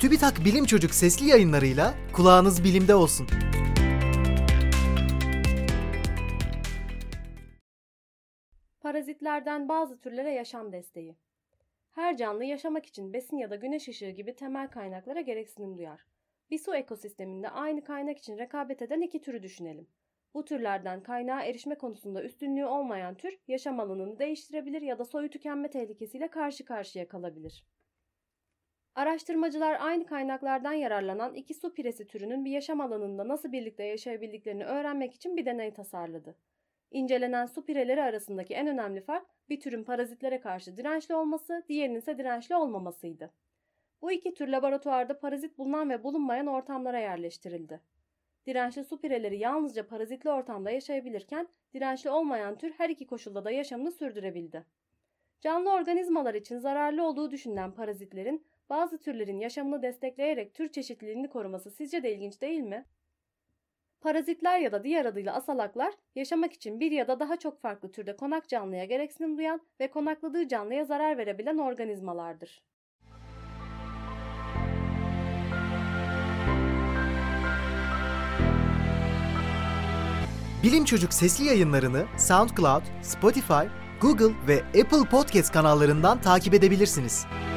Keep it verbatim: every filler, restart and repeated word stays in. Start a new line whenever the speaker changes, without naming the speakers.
TÜBİTAK Bilim Çocuk sesli yayınlarıyla kulağınız bilimde olsun.
Parazitlerden bazı türlere yaşam desteği. Her canlı yaşamak için besin ya da güneş ışığı gibi temel kaynaklara gereksinim duyar. Bir su ekosisteminde aynı kaynak için rekabet eden iki türü düşünelim. Bu türlerden kaynağa erişme konusunda üstünlüğü olmayan tür yaşam alanını değiştirebilir ya da soyu tükenme tehlikesiyle karşı karşıya kalabilir. Araştırmacılar aynı kaynaklardan yararlanan iki su piresi türünün bir yaşam alanında nasıl birlikte yaşayabildiklerini öğrenmek için bir deney tasarladı. İncelenen su pireleri arasındaki en önemli fark bir türün parazitlere karşı dirençli olması, diğerinin ise dirençli olmamasıydı. Bu iki tür laboratuvarda parazit bulunan ve bulunmayan ortamlara yerleştirildi. Dirençli su pireleri yalnızca parazitli ortamda yaşayabilirken, dirençli olmayan tür her iki koşulda da yaşamını sürdürebildi. Canlı organizmalar için zararlı olduğu düşünülen parazitlerin bazı türlerin yaşamını destekleyerek tür çeşitliliğini koruması sizce de ilginç değil mi? Parazitler ya da diğer adıyla asalaklar, yaşamak için bir ya da daha çok farklı türde konak canlıya gereksinim duyan ve konakladığı canlıya zarar verebilen organizmalardır.
Bilim Çocuk sesli yayınlarını SoundCloud, Spotify, Google ve Apple Podcast kanallarından takip edebilirsiniz.